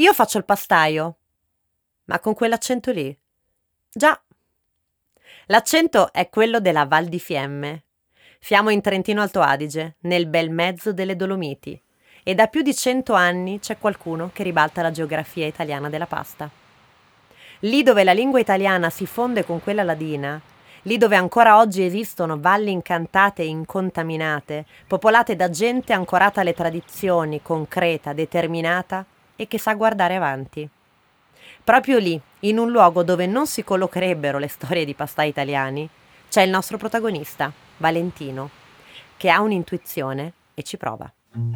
Io faccio il pastaio, ma con quell'accento lì. Già. L'accento è quello della Val di Fiemme. Siamo in Trentino Alto Adige, nel bel mezzo delle Dolomiti, e da più di 100 anni c'è qualcuno che ribalta la geografia italiana della pasta. Lì dove la lingua italiana si fonde con quella ladina, lì dove ancora oggi esistono valli incantate e incontaminate, popolate da gente ancorata alle tradizioni, concreta, determinata e che sa guardare avanti. Proprio lì, in un luogo dove non si collocherebbero le storie di pastai italiani, c'è il nostro protagonista, Valentino, che ha un'intuizione e ci prova.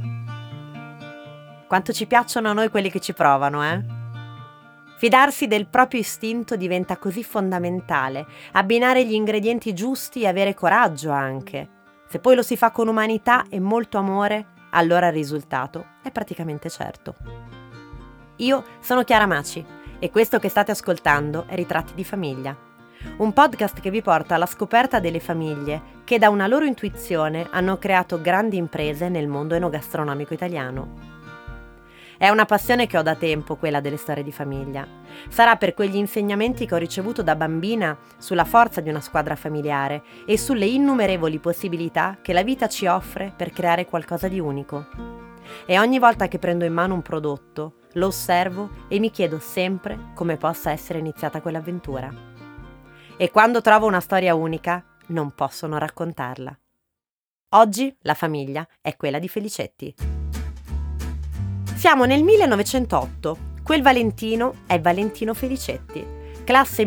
Quanto ci piacciono a noi quelli che ci provano, eh? Fidarsi del proprio istinto diventa così fondamentale, abbinare gli ingredienti giusti e avere coraggio anche. Se poi lo si fa con umanità e molto amore, allora il risultato è praticamente certo. Io sono Chiara Maci e questo che state ascoltando è Ritratti di famiglia, un podcast che vi porta alla scoperta delle famiglie che da una loro intuizione hanno creato grandi imprese nel mondo enogastronomico italiano. È una passione che ho da tempo, quella delle storie di famiglia. Sarà per quegli insegnamenti che ho ricevuto da bambina sulla forza di una squadra familiare e sulle innumerevoli possibilità che la vita ci offre per creare qualcosa di unico. E ogni volta che prendo in mano un prodotto, lo osservo e mi chiedo sempre come possa essere iniziata quell'avventura. E quando trovo una storia unica, non posso non raccontarla. Oggi la famiglia è quella di Felicetti. Siamo nel 1908, quel Valentino è Valentino Felicetti, classe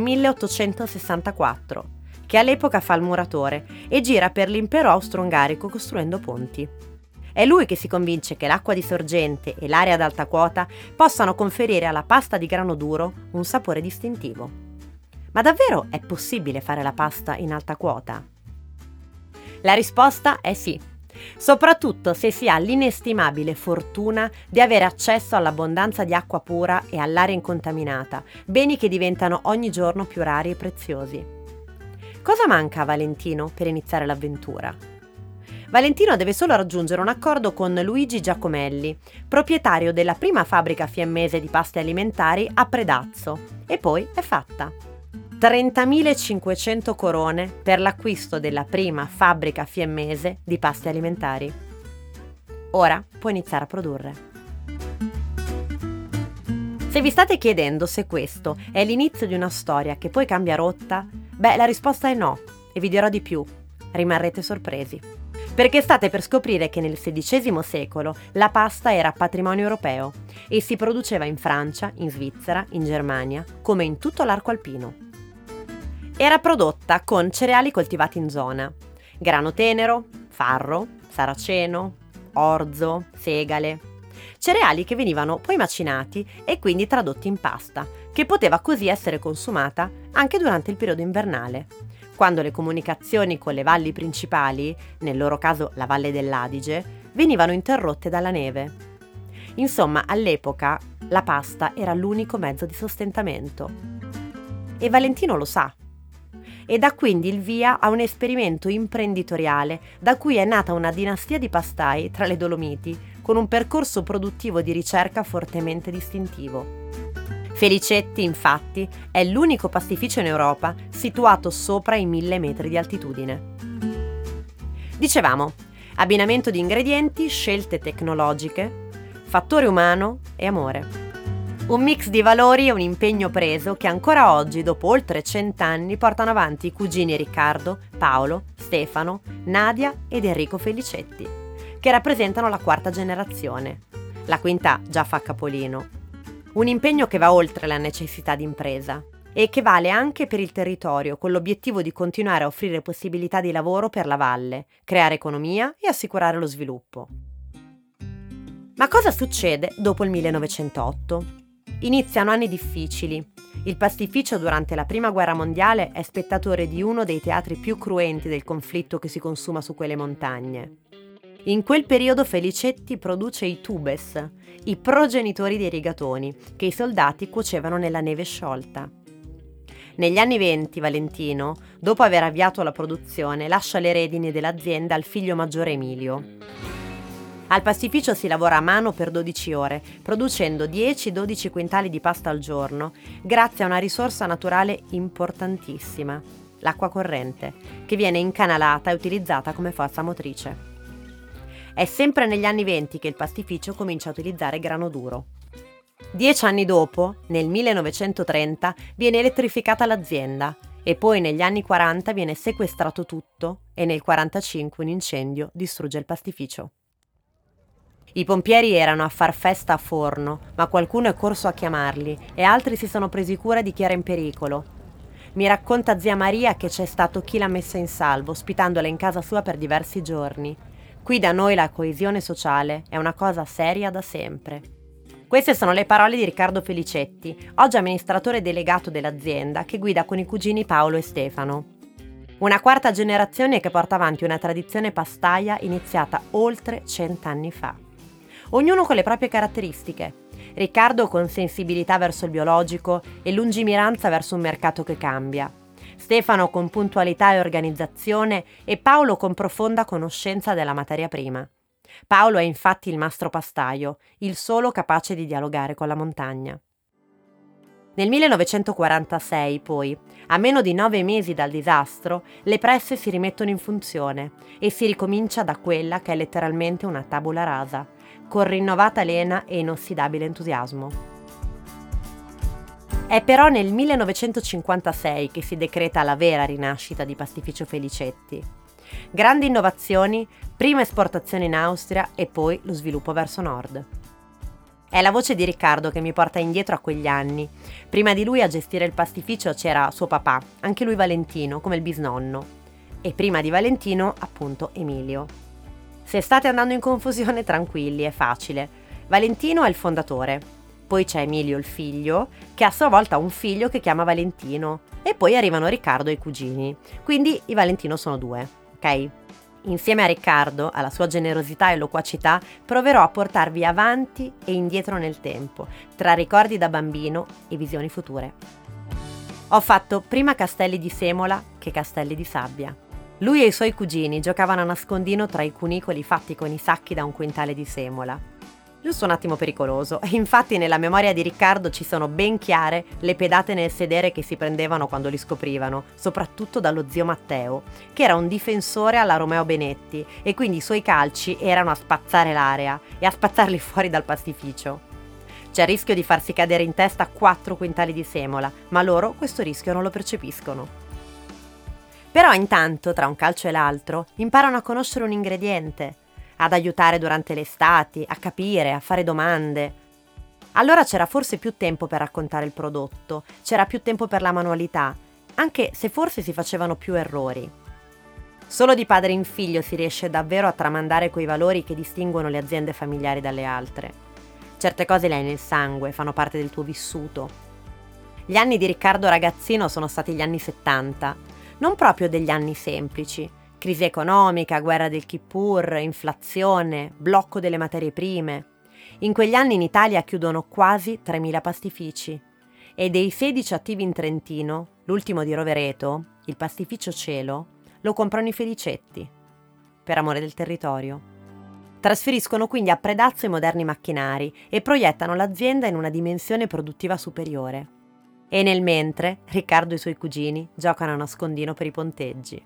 1864, che all'epoca fa il muratore e gira per l'impero austro-ungarico costruendo ponti. È lui che si convince che l'acqua di sorgente e l'aria ad alta quota possano conferire alla pasta di grano duro un sapore distintivo. Ma davvero è possibile fare la pasta in alta quota? La risposta è sì. Soprattutto se si ha l'inestimabile fortuna di avere accesso all'abbondanza di acqua pura e all'aria incontaminata, beni che diventano ogni giorno più rari e preziosi. Cosa manca a Valentino per iniziare l'avventura? Valentino deve solo raggiungere un accordo con Luigi Giacomelli, proprietario della prima fabbrica fiemmese di paste alimentari a Predazzo, e poi è fatta. 30.500 corone per l'acquisto della prima fabbrica fiemmese di paste alimentari. Ora può iniziare a produrre. Se vi state chiedendo se questo è l'inizio di una storia che poi cambia rotta, la risposta è no, e vi dirò di più. Rimarrete sorpresi. Perché state per scoprire che nel XVI secolo la pasta era patrimonio europeo e si produceva in Francia, in Svizzera, in Germania, come in tutto l'arco alpino. Era prodotta con cereali coltivati in zona: grano tenero, farro, saraceno, orzo, segale. Cereali che venivano poi macinati e quindi tradotti in pasta, che poteva così essere consumata anche durante il periodo invernale, quando le comunicazioni con le valli principali, nel loro caso la Valle dell'Adige, venivano interrotte dalla neve. Insomma, all'epoca la pasta era l'unico mezzo di sostentamento. E Valentino lo sa. E dà quindi il via a un esperimento imprenditoriale da cui è nata una dinastia di pastai tra le Dolomiti, con un percorso produttivo di ricerca fortemente distintivo. Felicetti, infatti, è l'unico pastificio in Europa situato sopra i 1.000 metri di altitudine. Dicevamo, abbinamento di ingredienti, scelte tecnologiche, fattore umano e amore. Un mix di valori e un impegno preso che ancora oggi, dopo oltre 100 anni, portano avanti i cugini Riccardo, Paolo, Stefano, Nadia ed Enrico Felicetti, che rappresentano la quarta generazione. La quinta già fa capolino. Un impegno che va oltre la necessità di impresa e che vale anche per il territorio, con l'obiettivo di continuare a offrire possibilità di lavoro per la valle, creare economia e assicurare lo sviluppo. Ma cosa succede dopo il 1908? Iniziano anni difficili. Il pastificio durante la Prima Guerra Mondiale è spettatore di uno dei teatri più cruenti del conflitto che si consuma su quelle montagne. In quel periodo Felicetti produce i tubes, i progenitori dei rigatoni, che i soldati cuocevano nella neve sciolta. Negli anni 20 Valentino, dopo aver avviato la produzione, lascia le redini dell'azienda al figlio maggiore Emilio. Al pastificio si lavora a mano per 12 ore, producendo 10-12 quintali di pasta al giorno, grazie a una risorsa naturale importantissima, l'acqua corrente, che viene incanalata e utilizzata come forza motrice. È sempre negli anni 20 che il pastificio comincia a utilizzare grano duro. 10 anni dopo, nel 1930, viene elettrificata l'azienda e poi negli anni 40 viene sequestrato tutto e nel 45 un incendio distrugge il pastificio. I pompieri erano a far festa a Forno, ma qualcuno è corso a chiamarli e altri si sono presi cura di chi era in pericolo. Mi racconta zia Maria che c'è stato chi l'ha messa in salvo, ospitandola in casa sua per diversi giorni. Qui da noi la coesione sociale è una cosa seria da sempre. Queste sono le parole di Riccardo Felicetti, oggi amministratore delegato dell'azienda che guida con i cugini Paolo e Stefano. Una quarta generazione che porta avanti una tradizione pastaia iniziata oltre 100 anni fa. Ognuno con le proprie caratteristiche. Riccardo con sensibilità verso il biologico e lungimiranza verso un mercato che cambia. Stefano con puntualità e organizzazione e Paolo con profonda conoscenza della materia prima. Paolo è infatti il mastro pastaio, il solo capace di dialogare con la montagna. Nel 1946, poi, a meno di 9 mesi dal disastro, le presse si rimettono in funzione e si ricomincia da quella che è letteralmente una tabula rasa, con rinnovata lena e inossidabile entusiasmo. È però nel 1956 che si decreta la vera rinascita di Pastificio Felicetti. Grandi innovazioni, prima esportazione in Austria e poi lo sviluppo verso nord. È la voce di Riccardo che mi porta indietro a quegli anni. Prima di lui a gestire il pastificio c'era suo papà, anche lui Valentino, come il bisnonno. E prima di Valentino, appunto, Emilio. Se state andando in confusione, tranquilli, è facile. Valentino è il fondatore. Poi c'è Emilio, il figlio, che a sua volta ha un figlio che chiama Valentino. E poi arrivano Riccardo e i cugini. Quindi i Valentino sono 2, ok? Insieme a Riccardo, alla sua generosità e loquacità, proverò a portarvi avanti e indietro nel tempo, tra ricordi da bambino e visioni future. Ho fatto prima castelli di semola che castelli di sabbia. Lui e i suoi cugini giocavano a nascondino tra i cunicoli fatti con i sacchi da 1 quintale di semola. Giusto un attimo pericoloso, e infatti nella memoria di Riccardo ci sono ben chiare le pedate nel sedere che si prendevano quando li scoprivano, soprattutto dallo zio Matteo, che era un difensore alla Romeo Benetti e quindi i suoi calci erano a spazzare l'area e a spazzarli fuori dal pastificio. C'è il rischio di farsi cadere in testa 4 quintali di semola, ma loro questo rischio non lo percepiscono. Però intanto, tra un calcio e l'altro, imparano a conoscere un ingrediente, ad aiutare durante le estati, a capire, a fare domande. Allora c'era forse più tempo per raccontare il prodotto, c'era più tempo per la manualità, anche se forse si facevano più errori. Solo di padre in figlio si riesce davvero a tramandare quei valori che distinguono le aziende familiari dalle altre. Certe cose le hai nel sangue, fanno parte del tuo vissuto. Gli anni di Riccardo ragazzino sono stati gli anni 70, non proprio degli anni semplici. Crisi economica, guerra del Kippur, inflazione, blocco delle materie prime. In quegli anni in Italia chiudono quasi 3.000 pastifici e dei 16 attivi in Trentino, l'ultimo di Rovereto, il pastificio Cielo, lo comprano i Felicetti, per amore del territorio. Trasferiscono quindi a Predazzo i moderni macchinari e proiettano l'azienda in una dimensione produttiva superiore. E nel mentre, Riccardo e i suoi cugini giocano a nascondino per i ponteggi.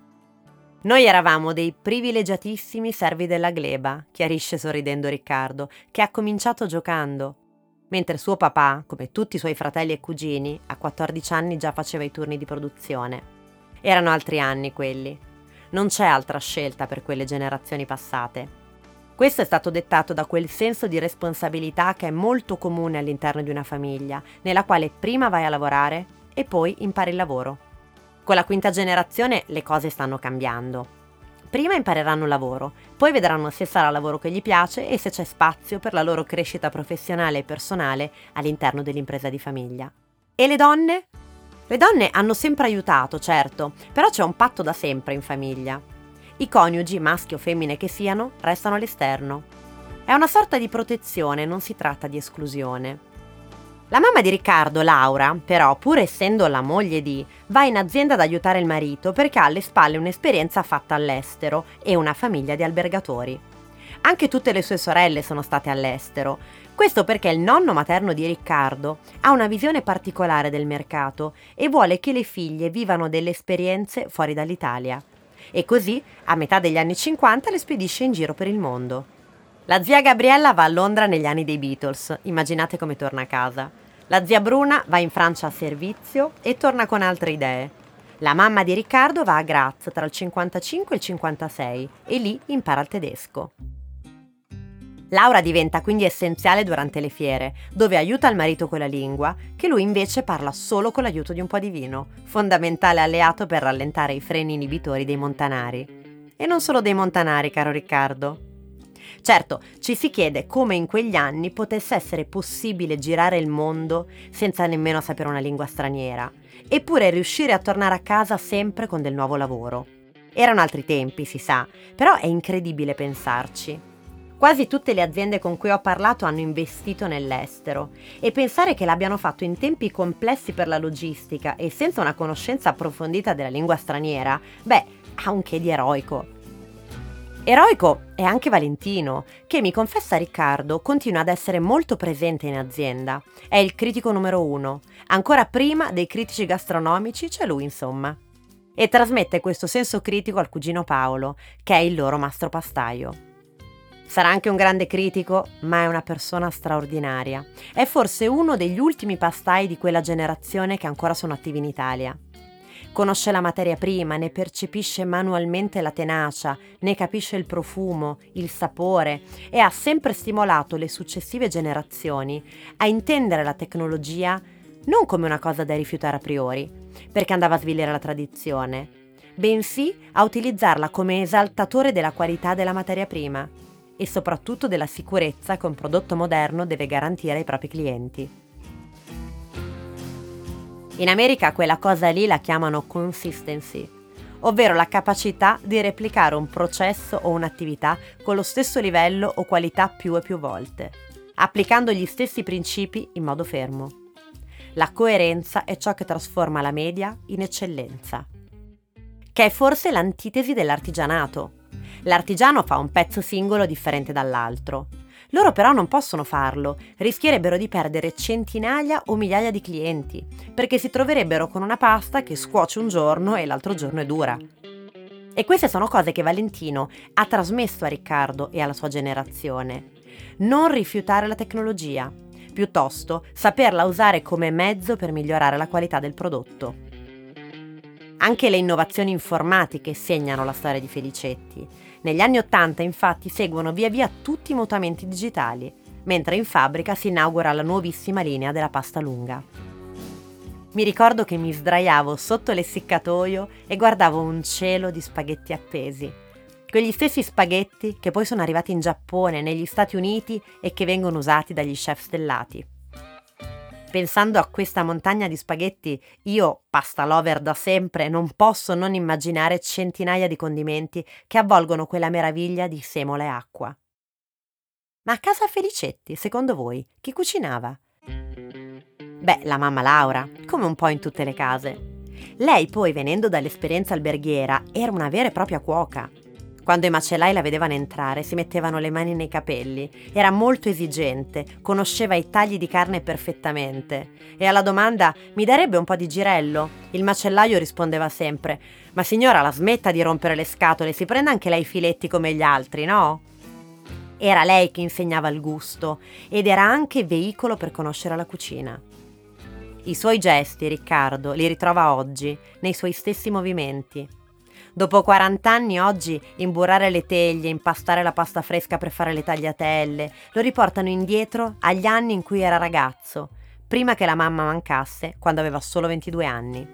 Noi eravamo dei privilegiatissimi servi della gleba, chiarisce sorridendo Riccardo, che ha cominciato giocando, mentre suo papà, come tutti i suoi fratelli e cugini, a 14 anni già faceva i turni di produzione. Erano altri anni quelli. Non c'è altra scelta per quelle generazioni passate. Questo è stato dettato da quel senso di responsabilità che è molto comune all'interno di una famiglia, nella quale prima vai a lavorare e poi impari il lavoro. Con la quinta generazione le cose stanno cambiando. Prima impareranno il lavoro, poi vedranno se sarà il lavoro che gli piace e se c'è spazio per la loro crescita professionale e personale all'interno dell'impresa di famiglia. E le donne? Le donne hanno sempre aiutato, certo, però c'è un patto da sempre in famiglia. I coniugi, maschi o femmine che siano, restano all'esterno. È una sorta di protezione, non si tratta di esclusione. La mamma di Riccardo, Laura, però, pur essendo la moglie di, va in azienda ad aiutare il marito perché ha alle spalle un'esperienza fatta all'estero e una famiglia di albergatori. Anche tutte le sue sorelle sono state all'estero. Questo perché il nonno materno di Riccardo ha una visione particolare del mercato e vuole che le figlie vivano delle esperienze fuori dall'Italia. E così, a metà degli anni 50, le spedisce in giro per il mondo. La zia Gabriella va a Londra negli anni dei Beatles, immaginate come torna a casa. La zia Bruna va in Francia a servizio e torna con altre idee. La mamma di Riccardo va a Graz tra il 55 e il 56 e lì impara il tedesco. Laura diventa quindi essenziale durante le fiere, dove aiuta il marito con la lingua, che lui invece parla solo con l'aiuto di un po' di vino, fondamentale alleato per rallentare i freni inibitori dei montanari. E non solo dei montanari, caro Riccardo. Certo, ci si chiede come in quegli anni potesse essere possibile girare il mondo senza nemmeno sapere una lingua straniera, eppure riuscire a tornare a casa sempre con del nuovo lavoro. Erano altri tempi, si sa, però è incredibile pensarci. Quasi tutte le aziende con cui ho parlato hanno investito nell'estero e pensare che l'abbiano fatto in tempi complessi per la logistica e senza una conoscenza approfondita della lingua straniera, ha un che di eroico. Eroico è anche Valentino, che mi confessa Riccardo continua ad essere molto presente in azienda. È il critico numero 1, ancora prima dei critici gastronomici c'è lui insomma. E trasmette questo senso critico al cugino Paolo, che è il loro mastro pastaio. Sarà anche un grande critico, ma è una persona straordinaria. È forse uno degli ultimi pastai di quella generazione che ancora sono attivi in Italia. Conosce la materia prima, ne percepisce manualmente la tenacia, ne capisce il profumo, il sapore e ha sempre stimolato le successive generazioni a intendere la tecnologia non come una cosa da rifiutare a priori, perché andava a svilire la tradizione, bensì a utilizzarla come esaltatore della qualità della materia prima e soprattutto della sicurezza che un prodotto moderno deve garantire ai propri clienti. In America quella cosa lì la chiamano consistency, ovvero la capacità di replicare un processo o un'attività con lo stesso livello o qualità più e più volte, applicando gli stessi principi in modo fermo. La coerenza è ciò che trasforma la media in eccellenza, che è forse l'antitesi dell'artigianato. L'artigiano fa un pezzo singolo differente dall'altro. Loro però non possono farlo, rischierebbero di perdere centinaia o migliaia di clienti, perché si troverebbero con una pasta che scuoce un giorno e l'altro giorno è dura. E queste sono cose che Valentino ha trasmesso a Riccardo e alla sua generazione. Non rifiutare la tecnologia, piuttosto saperla usare come mezzo per migliorare la qualità del prodotto. Anche le innovazioni informatiche segnano la storia di Felicetti. Negli anni '80 infatti seguono via via tutti i mutamenti digitali, mentre in fabbrica si inaugura la nuovissima linea della pasta lunga. Mi ricordo che mi sdraiavo sotto l'essiccatoio e guardavo un cielo di spaghetti appesi. Quegli stessi spaghetti che poi sono arrivati in Giappone, negli Stati Uniti e che vengono usati dagli chef stellati. Pensando a questa montagna di spaghetti, io, pasta lover da sempre, non posso non immaginare centinaia di condimenti che avvolgono quella meraviglia di semola e acqua. Ma a casa Felicetti, secondo voi, chi cucinava? La mamma Laura, come un po' in tutte le case. Lei poi, venendo dall'esperienza alberghiera, era una vera e propria cuoca. Quando i macellai la vedevano entrare si mettevano le mani nei capelli, era molto esigente, conosceva i tagli di carne perfettamente e alla domanda «mi darebbe un po' di girello?» il macellaio rispondeva sempre «ma signora la smetta di rompere le scatole, si prenda anche lei i filetti come gli altri, no?» Era lei che insegnava il gusto ed era anche veicolo per conoscere la cucina. I suoi gesti, Riccardo, li ritrova oggi, nei suoi stessi movimenti. Dopo 40 anni oggi imburrare le teglie, impastare la pasta fresca per fare le tagliatelle, lo riportano indietro agli anni in cui era ragazzo, prima che la mamma mancasse, quando aveva solo 22 anni.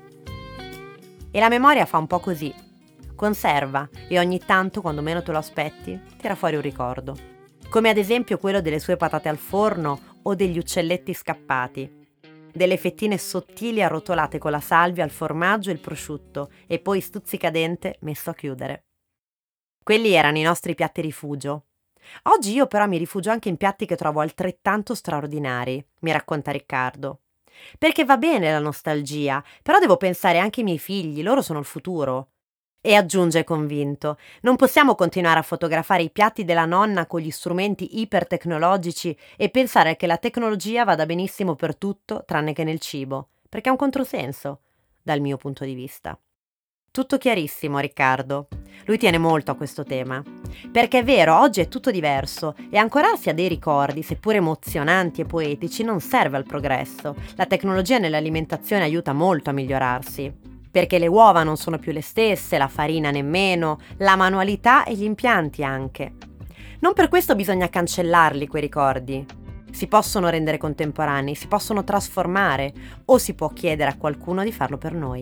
E la memoria fa un po' così, conserva e ogni tanto, quando meno te lo aspetti, tira fuori un ricordo. Come ad esempio quello delle sue patate al forno o degli uccelletti scappati. Delle fettine sottili arrotolate con la salvia, il formaggio e il prosciutto e poi stuzzicadente messo a chiudere. Quelli erano i nostri piatti rifugio. Oggi io però mi rifugio anche in piatti che trovo altrettanto straordinari, mi racconta Riccardo. Perché va bene la nostalgia, però devo pensare anche ai miei figli, loro sono il futuro. E aggiunge convinto: non possiamo continuare a fotografare i piatti della nonna con gli strumenti ipertecnologici e pensare che la tecnologia vada benissimo per tutto tranne che nel cibo, perché è un controsenso, dal mio punto di vista. Tutto chiarissimo, Riccardo. Lui tiene molto a questo tema. Perché è vero, oggi è tutto diverso e ancorarsi a dei ricordi, seppur emozionanti e poetici, non serve al progresso. La tecnologia nell'alimentazione aiuta molto a migliorarsi. Perché le uova non sono più le stesse, la farina nemmeno, la manualità e gli impianti anche. Non per questo bisogna cancellarli quei ricordi. Si possono rendere contemporanei, si possono trasformare o si può chiedere a qualcuno di farlo per noi.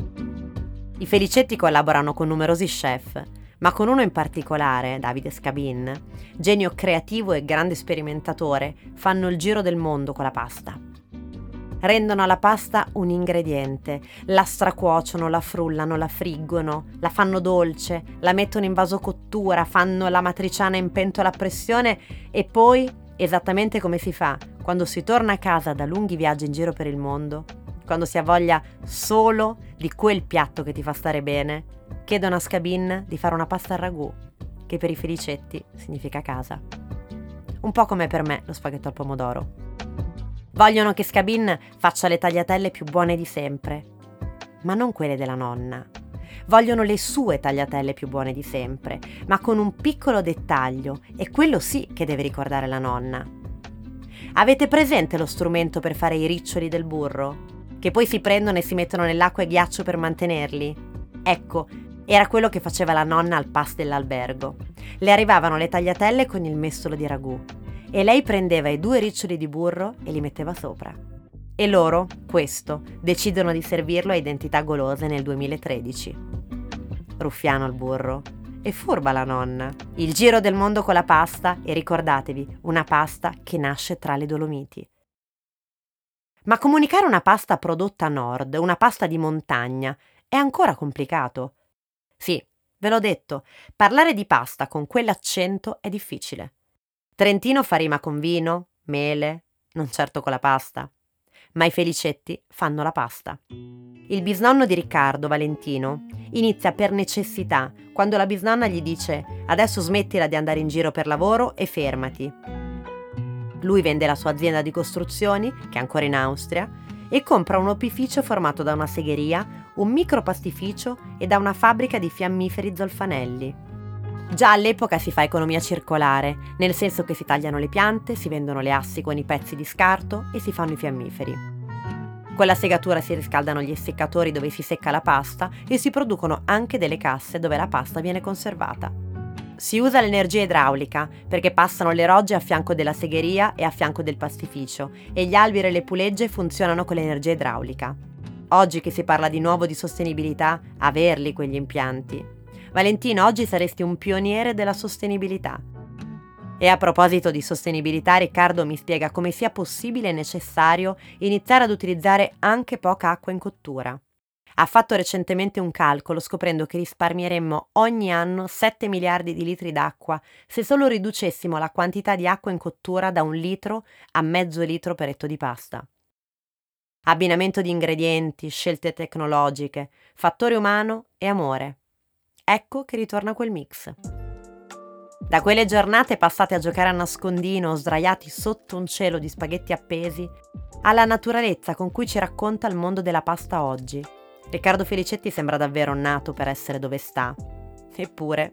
I Felicetti collaborano con numerosi chef, ma con uno in particolare, Davide Scabin, genio creativo e grande sperimentatore, fanno il giro del mondo con la pasta. Rendono alla pasta un ingrediente, la stracuociono, la frullano, la friggono, la fanno dolce, la mettono in vasocottura, fanno la matriciana in pentola a pressione e poi, esattamente come si fa quando si torna a casa da lunghi viaggi in giro per il mondo, quando si ha voglia solo di quel piatto che ti fa stare bene, chiedono a Scabin di fare una pasta al ragù, che per i Felicetti significa casa. Un po' come per me lo spaghetto al pomodoro. Vogliono che Scabin faccia le tagliatelle più buone di sempre, ma non quelle della nonna. Vogliono le sue tagliatelle più buone di sempre, ma con un piccolo dettaglio, e quello sì che deve ricordare la nonna. Avete presente lo strumento per fare i riccioli del burro? Che poi si prendono e si mettono nell'acqua e ghiaccio per mantenerli? Ecco, era quello che faceva la nonna al pas dell'albergo. Le arrivavano le tagliatelle con il mestolo di ragù e lei prendeva i 2 riccioli di burro e li metteva sopra. E loro, questo, decidono di servirlo a Identità Golose nel 2013. Ruffiano il burro. E furba la nonna. Il giro del mondo con la pasta e ricordatevi, una pasta che nasce tra le Dolomiti. Ma comunicare una pasta prodotta a nord, una pasta di montagna, è ancora complicato. Sì, ve l'ho detto, parlare di pasta con quell'accento è difficile. Trentino fa rima con vino, mele, non certo con la pasta. Ma i Felicetti fanno la pasta. Il bisnonno di Riccardo, Valentino, inizia per necessità, quando la bisnonna gli dice «Adesso smettila di andare in giro per lavoro e fermati». Lui vende la sua azienda di costruzioni, che è ancora in Austria, e compra un opificio formato da una segheria, un micropastificio e da una fabbrica di fiammiferi zolfanelli. Già all'epoca si fa economia circolare, nel senso che si tagliano le piante, si vendono le assi con i pezzi di scarto e si fanno i fiammiferi. Con la segatura si riscaldano gli essiccatori dove si secca la pasta e si producono anche delle casse dove la pasta viene conservata. Si usa l'energia idraulica perché passano le rogge a fianco della segheria e a fianco del pastificio e gli alberi e le pulegge funzionano con l'energia idraulica. Oggi che si parla di nuovo di sostenibilità, averli quegli impianti. Valentino, oggi saresti un pioniere della sostenibilità. E a proposito di sostenibilità, Riccardo mi spiega come sia possibile e necessario iniziare ad utilizzare anche poca acqua in cottura. Ha fatto recentemente un calcolo scoprendo che risparmieremmo ogni anno 7 miliardi di litri d'acqua se solo riducessimo la quantità di acqua in cottura da 1 litro a mezzo litro per etto di pasta. Abbinamento di ingredienti, scelte tecnologiche, fattore umano e amore. Ecco che ritorna quel mix. Da quelle giornate passate a giocare a nascondino o sdraiati sotto un cielo di spaghetti appesi, alla naturalezza con cui ci racconta il mondo della pasta oggi. Riccardo Felicetti sembra davvero nato per essere dove sta. Eppure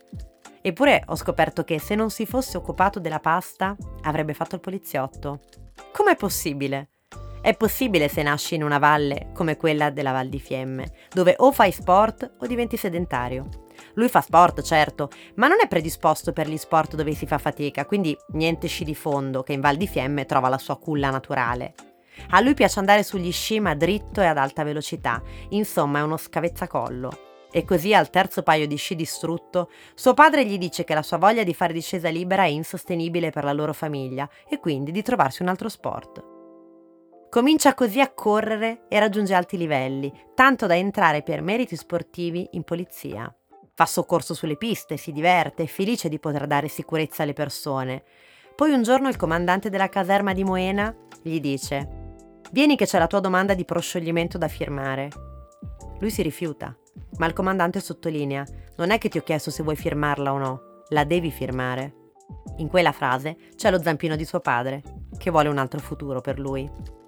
ho scoperto che se non si fosse occupato della pasta, avrebbe fatto il poliziotto. Com'è possibile? È possibile se nasci in una valle come quella della Val di Fiemme, dove o fai sport o diventi sedentario. Lui fa sport, certo, ma non è predisposto per gli sport dove si fa fatica, quindi niente sci di fondo, che in Val di Fiemme trova la sua culla naturale. A lui piace andare sugli sci ma dritto e ad alta velocità, insomma è uno scavezzacollo. E così al terzo paio di sci distrutto, suo padre gli dice che la sua voglia di fare discesa libera è insostenibile per la loro famiglia e quindi di trovarsi un altro sport. Comincia così a correre e raggiunge alti livelli, tanto da entrare per meriti sportivi in polizia. Fa soccorso sulle piste, si diverte, è felice di poter dare sicurezza alle persone. Poi un giorno il comandante della caserma di Moena gli dice: «Vieni che c'è la tua domanda di proscioglimento da firmare». Lui si rifiuta. Ma il comandante sottolinea: non è che ti ho chiesto se vuoi firmarla o no, la devi firmare. In quella frase c'è lo zampino di suo padre, che vuole un altro futuro per lui.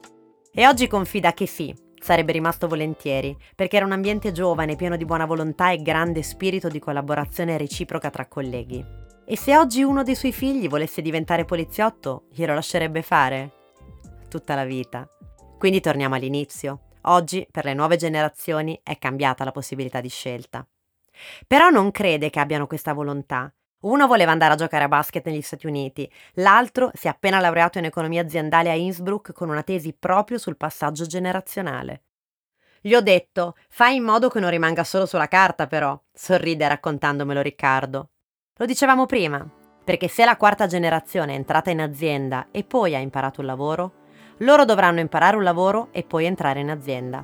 E oggi confida che sì, sarebbe rimasto volentieri, perché era un ambiente giovane, pieno di buona volontà e grande spirito di collaborazione reciproca tra colleghi. E se oggi uno dei suoi figli volesse diventare poliziotto, glielo lascerebbe fare? Tutta la vita. Quindi torniamo all'inizio. Oggi, per le nuove generazioni, è cambiata la possibilità di scelta. Però non crede che abbiano questa volontà. Uno voleva andare a giocare a basket negli Stati Uniti, l'altro si è appena laureato in economia aziendale a Innsbruck con una tesi proprio sul passaggio generazionale. Gli ho detto: fai in modo che non rimanga solo sulla carta però, sorride raccontandomelo Riccardo. Lo dicevamo prima, perché se la quarta generazione è entrata in azienda e poi ha imparato il lavoro, loro dovranno imparare un lavoro e poi entrare in azienda.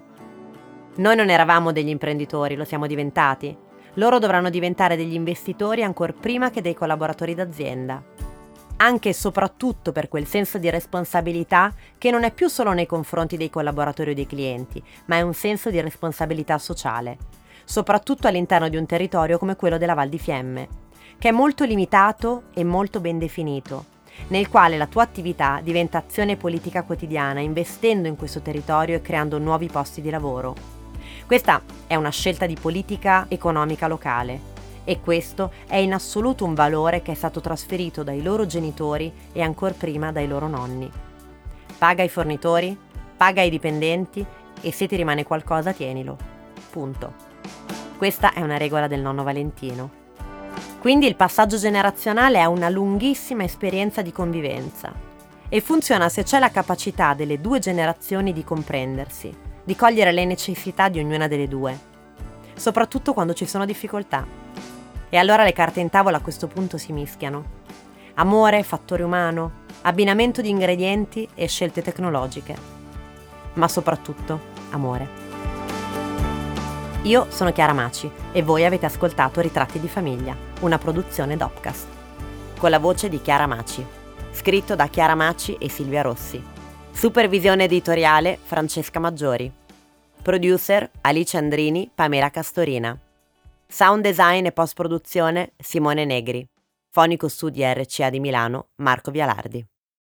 Noi non eravamo degli imprenditori, lo siamo diventati. Loro dovranno diventare degli investitori ancor prima che dei collaboratori d'azienda. Anche e soprattutto per quel senso di responsabilità che non è più solo nei confronti dei collaboratori o dei clienti, ma è un senso di responsabilità sociale, soprattutto all'interno di un territorio come quello della Val di Fiemme, che è molto limitato e molto ben definito, nel quale la tua attività diventa azione politica quotidiana, investendo in questo territorio e creando nuovi posti di lavoro. Questa è una scelta di politica economica locale e questo è in assoluto un valore che è stato trasferito dai loro genitori e ancor prima dai loro nonni. Paga i fornitori, paga i dipendenti e se ti rimane qualcosa tienilo. Punto. Questa è una regola del nonno Valentino. Quindi il passaggio generazionale è una lunghissima esperienza di convivenza e funziona se c'è la capacità delle due generazioni di comprendersi, di cogliere le necessità di ognuna delle due, soprattutto quando ci sono difficoltà. E allora le carte in tavola a questo punto si mischiano. Amore, fattore umano, abbinamento di ingredienti e scelte tecnologiche. Ma soprattutto amore. Io sono Chiara Maci e voi avete ascoltato Ritratti di famiglia, una produzione Dopcast. Con la voce di Chiara Maci. Scritto da Chiara Maci e Silvia Rossi. Supervisione editoriale Francesca Maggiori. Producer Alice Andrini, Pamela Castorina. Sound design e post-produzione Simone Negri. Fonico studi RCA di Milano Marco Vialardi.